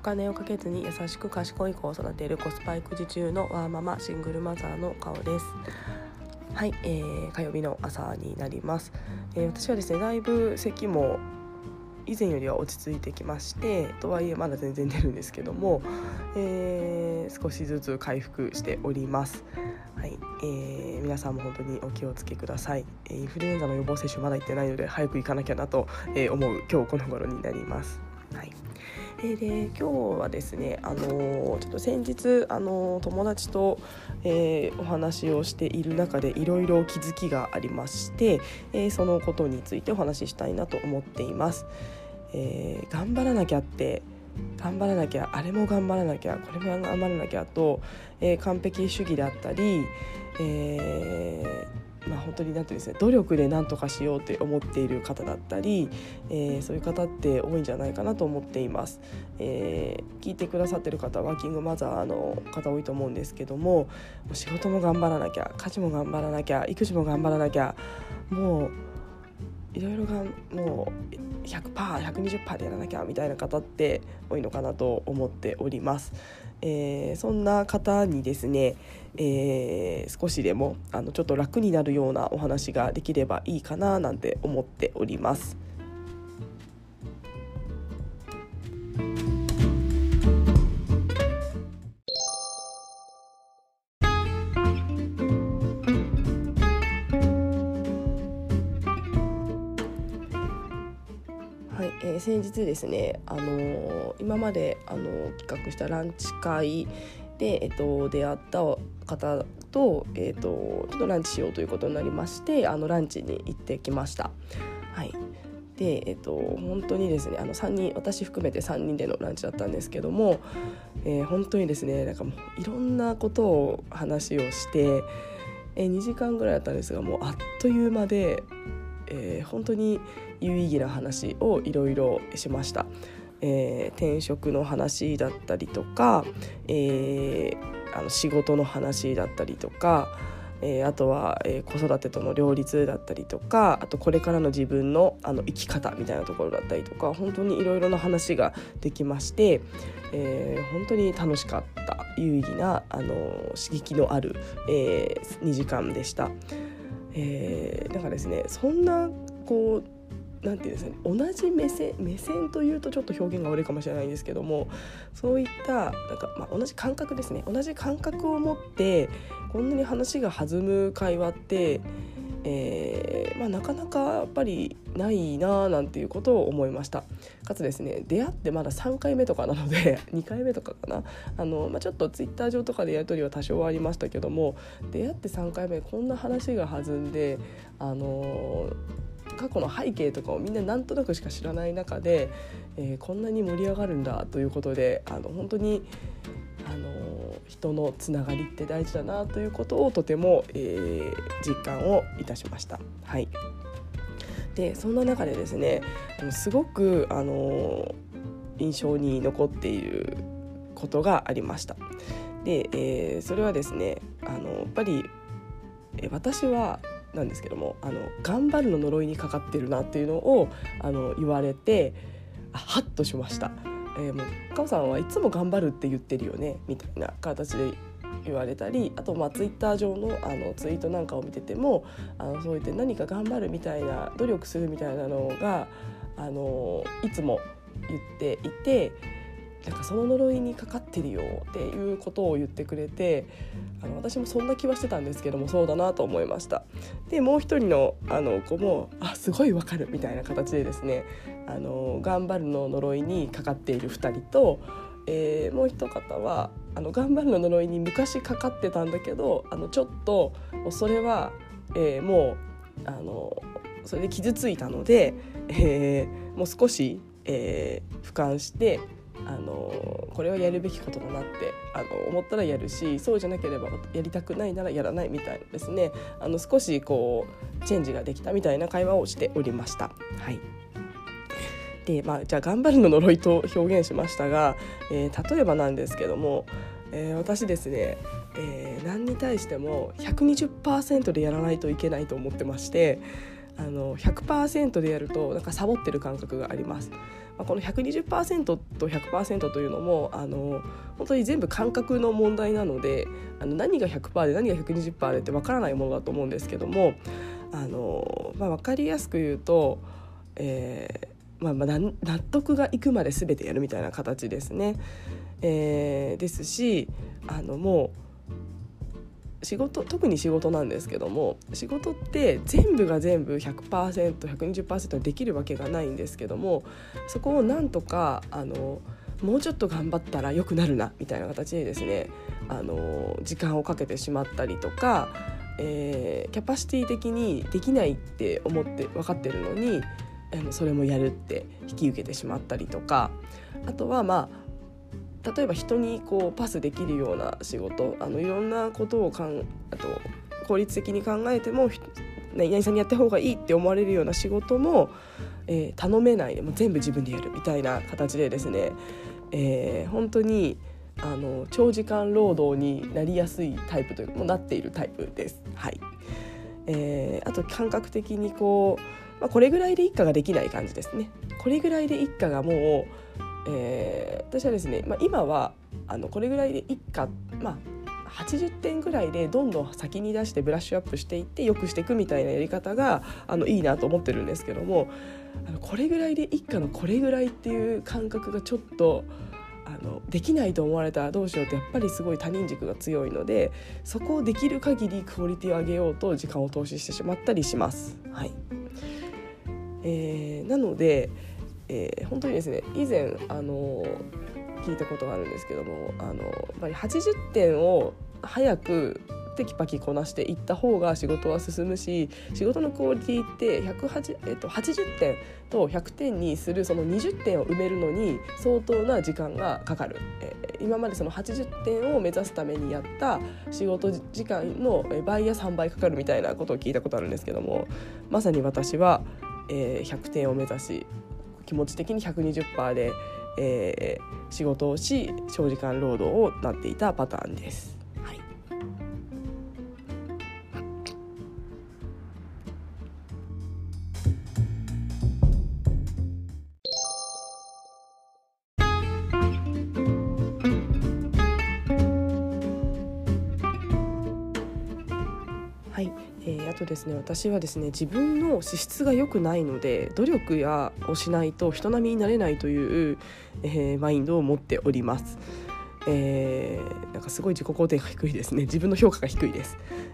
金をかけずに優しく賢い子を育てるコスパ育児中のワーママシングルマザーの顔です。はい、火曜日の朝になります。私はですね、だいぶ咳も以前よりは落ち着いてきまして、とはいえまだ全然出るんですけども、少しずつ回復しております。はい、皆さんも本当にお気をつけください。インフルエンザの予防接種まだ行ってないので早く行かなきゃなと、思う今日この頃になります。はい。で今日はですね、ちょっと先日友達と、お話をしている中でいろいろ気づきがありまして、そのことについてお話ししたいなと思っています。頑張らなきゃあれも頑張らなきゃこれも頑張らなきゃと、完璧主義だったり、本当になんていうんですね、努力で何とかしようって思っている方だったり、そういう方って多いんじゃないかなと思っています。聞いてくださってる方はワーキングマザーの方多いと思うんですけども、仕事も頑張らなきゃ、家事も頑張らなきゃ、育児も頑張らなきゃ、もういろいろがもう 100%、120% でやらなきゃみたいな方って多いのかなと思っております。そんな方にですね、少しでもちょっと楽になるようなお話ができればいいかななんて思っております。先日ですね、今まで企画したランチ会で、出会った方と、ちょっとランチしようということになりまして、ランチに行ってきました。はい。で、本当にですね、3人、私含めて3人でのランチだったんですけども、本当にですね、なんかもういろんなことを話をして、2時間ぐらいだったんですが、もうあっという間で、本当に有意義な話をいろいろしました。転職の話だったりとか、仕事の話だったりとか、あとは、子育てとの両立だったりとか、あとこれからの自分の、生き方みたいなところだったりとか、本当にいろいろな話ができまして、本当に楽しかった有意義な刺激のある、2時間でした。なんかですね、そんなこうなんていうんですかね、同じ目線というとちょっと表現が悪いかもしれないんですけども、そういったなんか、同じ感覚ですね、同じ感覚を持ってこんなに話が弾む会話って、なかなかやっぱりないななんていうことを思いました。かつですね、出会ってまだ3回目とかなので2回目とかかな、ちょっとツイッター上とかでやり取りは多少ありましたけども、出会って3回目こんな話が弾んで、過去の背景とかをみんななんとなくしか知らない中で、こんなに盛り上がるんだということで、本当に人のつながりって大事だなということをとても、実感をいたしました。はい。でそんな中でですね、すごく印象に残っていることがありました。で、それはですね、やっぱり私はなんですけども、頑張るの呪いにかかってるなっていうのを言われて、ハッとしました。もうカオさんはいつも頑張るって言ってるよねみたいな形で言われたり、あとツイッター上のツイートなんかを見てても、そう言って何か頑張るみたいな、努力するみたいなのがいつも言っていて、なんかその呪いにかかってるよっていうことを言ってくれて、私もそんな気はしてたんですけども、そうだなと思いました。でもう一人の子もすごいわかるみたいな形でですね、頑張るの呪いにかかっている2人と、もう一方は頑張るの呪いに昔かかってたんだけど、ちょっとそれは、もうそれで傷ついたので、もう少し、俯瞰してこれはやるべきことだなって思ったらやるし、そうじゃなければやりたくないならやらないみたいなですね、少しこうチェンジができたみたいな会話をしておりました。はい。で、じゃあ頑張るの呪いと表現しましたが、例えばなんですけども、私ですね、何に対しても 120% でやらないといけないと思ってまして、 100% でやるとなんかサボってる感覚があります。この 120% と 100% というのも本当に全部感覚の問題なので、何が 100% で何が 120% でってわからないものだと思うんですけども、分かりやすく言うと、納得がいくまで全てやるみたいな形ですね。ですしもう特に仕事なんですけども、仕事って全部が全部 100%、120% できるわけがないんですけども、そこをなんとかもうちょっと頑張ったら良くなるなみたいな形でですね、時間をかけてしまったりとか、キャパシティ的にできないって思って分かってるのにそれもやるって引き受けてしまったりとか、あとは例えば人にパスできるような仕事、いろんなことをあと効率的に考えても何々さんにやった方がいいって思われるような仕事も、頼めないでも全部自分でやるみたいな形でですね、本当に長時間労働になりやすいタイプというかもうなっているタイプです。はい。あと感覚的にこれぐらいで一家ができない感じですね。これぐらいで一家がもう私はですね、今はこれぐらいで一家、80点ぐらいでどんどん先に出してブラッシュアップしていって良くしていくみたいなやり方がいいなと思ってるんですけども、これぐらいで一家のこれぐらいっていう感覚がちょっとできないと思われたらどうしようってやっぱりすごい他人軸が強いので、そこをできる限りクオリティを上げようと時間を投資してしまったりします。はい。なので本当にですね、以前聞いたことがあるんですけども、やっぱり80点を早くテキパキこなしていった方が仕事は進むし、仕事のクオリティって80点と100点にするその20点を埋めるのに相当な時間がかかる。今までその80点を目指すためにやった仕事時間の倍や3倍かかるみたいなことを聞いたことあるんですけども、まさに私は100点を目指し気持ち的に 120% で、仕事をし長時間労働をなっていたパターンです。はい。はい。あとですね、私はですね、自分の資質が良くないので努力をしないと人並みになれないという、マインドを持っております。なんかすごい自己肯定が低いですね。自分の評価が低いです。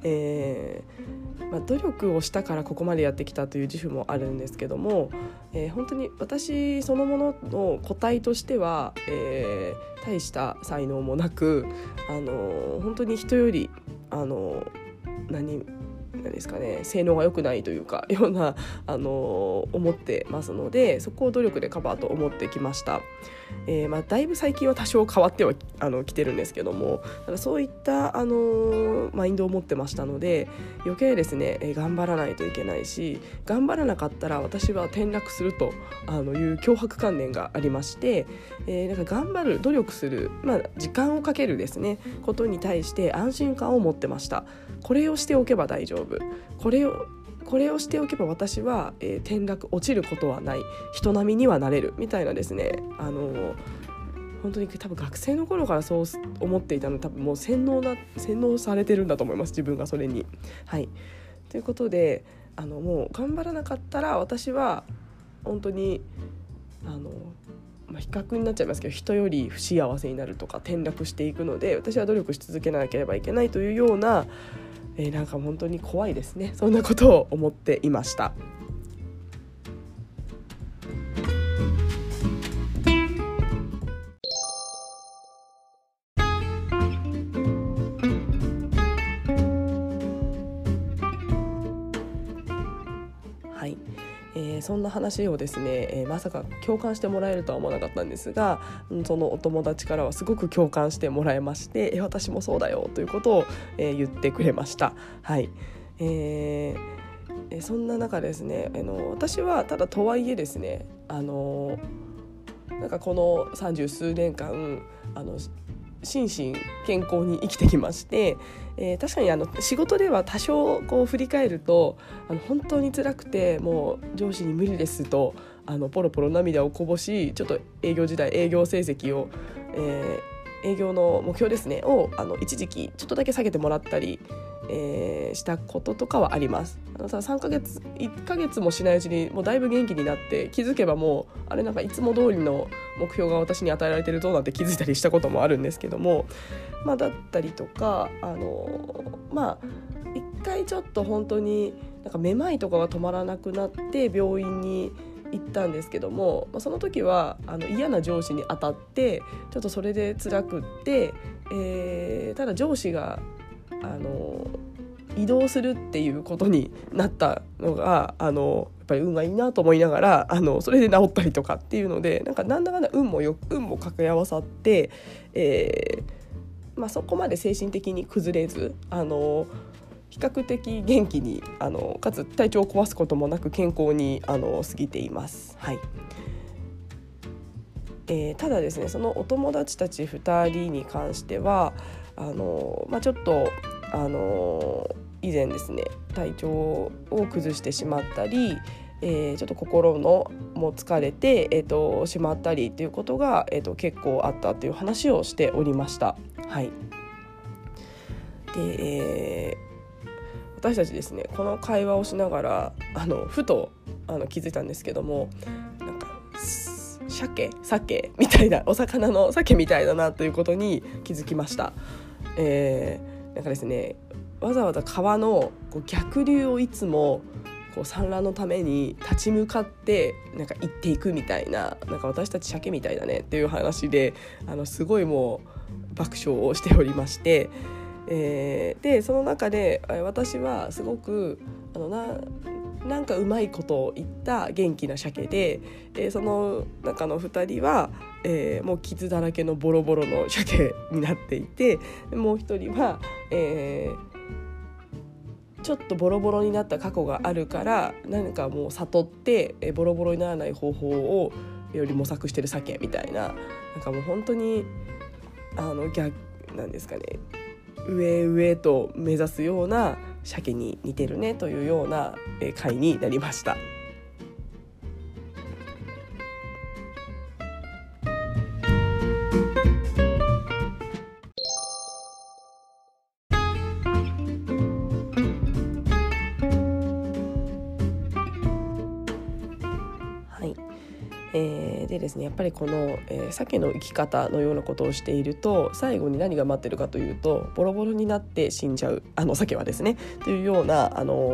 努力をしたからここまでやってきたという自負もあるんですけども、本当に私そのものの個体としては、大した才能もなく、本当に人より何ですかね、性能が良くないというかような思ってますので、そこを努力でカバーと思ってきました。だいぶ最近は多少変わってはきてるんですけども、ただそういったマインドを持ってましたので、余計ですね、頑張らないといけないし、頑張らなかったら私は転落するという強迫観念がありまして、なんか頑張る努力する、時間をかけるですねことに対して安心感を持ってました。これをしておけば大丈夫、これをしておけば私は、落ちることはない、人並みにはなれるみたいなですね、本当に多分学生の頃からそう思っていたので、多分もう洗脳されてるんだと思います、自分がそれに。はい。ということでもう頑張らなかったら私は本当に比較になっちゃいますけど、人より不幸せになるとか転落していくので、私は努力し続けなければいけないというような、なんか本当に怖いですね。そんなことを思っていました。はい。そんな話をですね、まさか共感してもらえるとは思わなかったんですが、そのお友達からはすごく共感してもらえまして、私もそうだよということを、言ってくれました。はい。そんな中ですね、私はただとはいえですね、なんかこの30数年間心身健康に生きてきまして、確かに仕事では多少こう振り返ると本当に辛くてもう上司に無理ですとポロポロ涙をこぼし、ちょっと営業時代営業成績を、営業の目標ですねを一時期ちょっとだけ下げてもらったり、したこととかはあります。3ヶ月1ヶ月もしないうちにもうだいぶ元気になって、気づけばもうなんかいつも通りの目標が私に与えられてるぞなんて気づいたりしたこともあるんですけども、だったりとか一回ちょっと本当になんかめまいとかが止まらなくなって病院に行ったんですけども、その時は嫌な上司に当たってちょっとそれで辛くって、ただ上司が移動するっていうことになったのがやっぱり運がいいなと思いながらそれで治ったりとかっていうので、なんだかんだ運も掛け合わさって、そこまで精神的に崩れず比較的元気にかつ体調を壊すこともなく健康に過ぎています。はい。ただですね、そのお友達たち2人に関してはちょっと以前ですね体調を崩してしまったり、ちょっと心も疲れて、しまったりっていうことが、結構あったという話をしておりました。はい。で、私たちですねこの会話をしながらふと気づいたんですけども、なんか鮭みたいなお魚の鮭みたいだなということに気づきました。なんかですねわざわざ川の逆流をいつも産卵のために立ち向かってなんか行っていくみたいな、なんか私たち鮭みたいだねっていう話ですごいもう爆笑をしておりまして、でその中で私はすごくなんかうまいことを言った元気な鮭で、その中の2人は、もう傷だらけのボロボロの鮭になっていて、もう1人は、ちょっとボロボロになった過去があるから何かもう悟って、ボロボロにならない方法をより模索してる鮭みたいな、なんかもう本当になんですかね、上と目指すような鮭に似てるねというような回になりました。でですね、やっぱりこの、鮭の生き方のようなことをしていると最後に何が待ってるかというとボロボロになって死んじゃう鮭はですねというような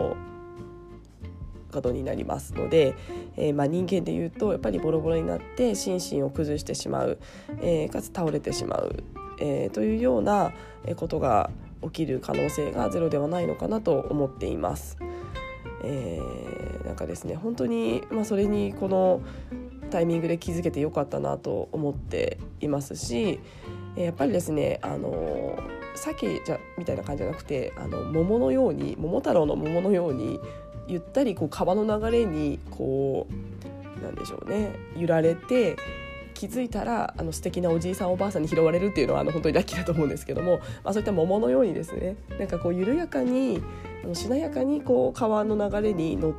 ことになりますので、人間でいうとやっぱりボロボロになって心身を崩してしまう、かつ倒れてしまう、というようなことが起きる可能性がゼロではないのかなと思っています。なんかですね本当に、それにこのタイミングで気づけてよかったなと思っていますし、やっぱりですね鮭みたいな感じじゃなくて桃太郎の桃のようにゆったり川の流れになんでしょうね揺られて気づいたら素敵なおじいさんおばあさんに拾われるっていうのは本当にラッキーだと思うんですけども、そういった桃のようにですねなんか緩やかにしなやかに川の流れに乗って、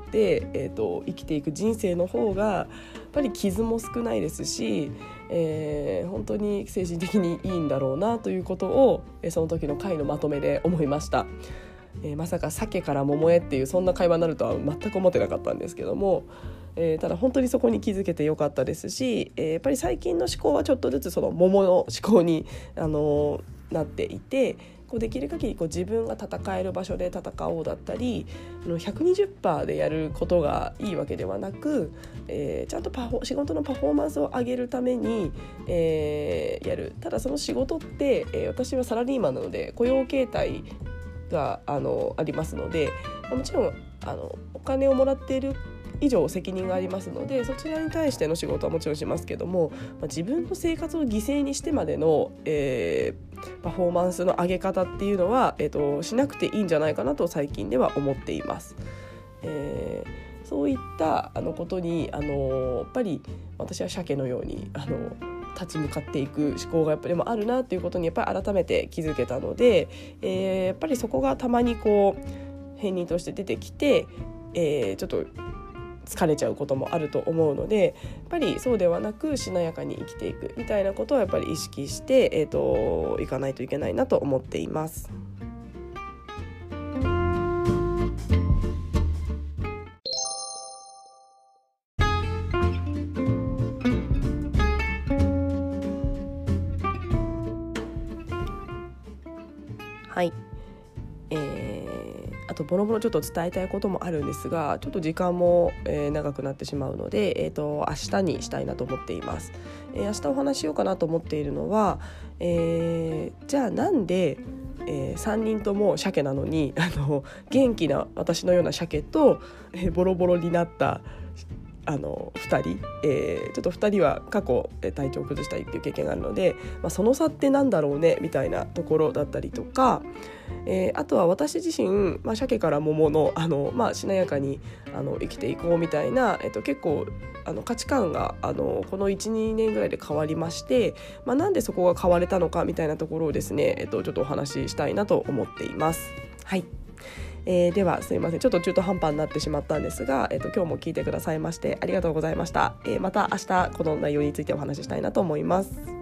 生きていく人生の方がやっぱり傷も少ないですし、本当に精神的にいいんだろうなということをその時の回のまとめで思いました。まさか鮭から桃へっていうそんな会話になるとは全く思ってなかったんですけども、ただ本当にそこに気づけてよかったですし、やっぱり最近の思考はちょっとずつその桃の思考に、なっていて、できる限り自分が戦える場所で戦おうだったり 120% でやることがいいわけではなく、ちゃんと仕事のパフォーマンスを上げるために、やる。ただその仕事って、私はサラリーマンなので雇用形態がありますので、もちろんお金をもらっている以上責任がありますのでそちらに対しての仕事はもちろんしますけども、自分の生活を犠牲にしてまでの、パフォーマンスの上げ方っていうのは、しなくていいんじゃないかなと最近では思っています。そういったことにやっぱり私は鮭のように立ち向かっていく思考がやっぱりもあるなっていうことにやっぱり改めて気づけたので、やっぱりそこがたまにこう片鱗として出てきて、ちょっと疲れちゃうこともあると思うので、やっぱりそうではなくしなやかに生きていくみたいなことをやっぱり意識して、いかないといけないなと思っています。はい、あとボロボロちょっと伝えたいこともあるんですが、ちょっと時間も、長くなってしまうので、明日にしたいなと思っています。明日お話ししようかなと思っているのは、じゃあなんで、3人とも鮭なのに元気な私のような鮭と、ボロボロになった2人、ちょっと2人は過去体調を崩したりっていう経験があるので、その差ってなんだろうねみたいなところだったりとか、あとは私自身、鮭から桃の、しなやかに生きていこうみたいな、結構価値観がこの 1,2 年ぐらいで変わりまして、なんでそこが変われたのかみたいなところをですね、ちょっとお話ししたいなと思っています。はい、ではすいません、ちょっと中途半端になってしまったんですが、今日も聞いてくださいましてありがとうございました。また明日この内容についてお話ししたいなと思います。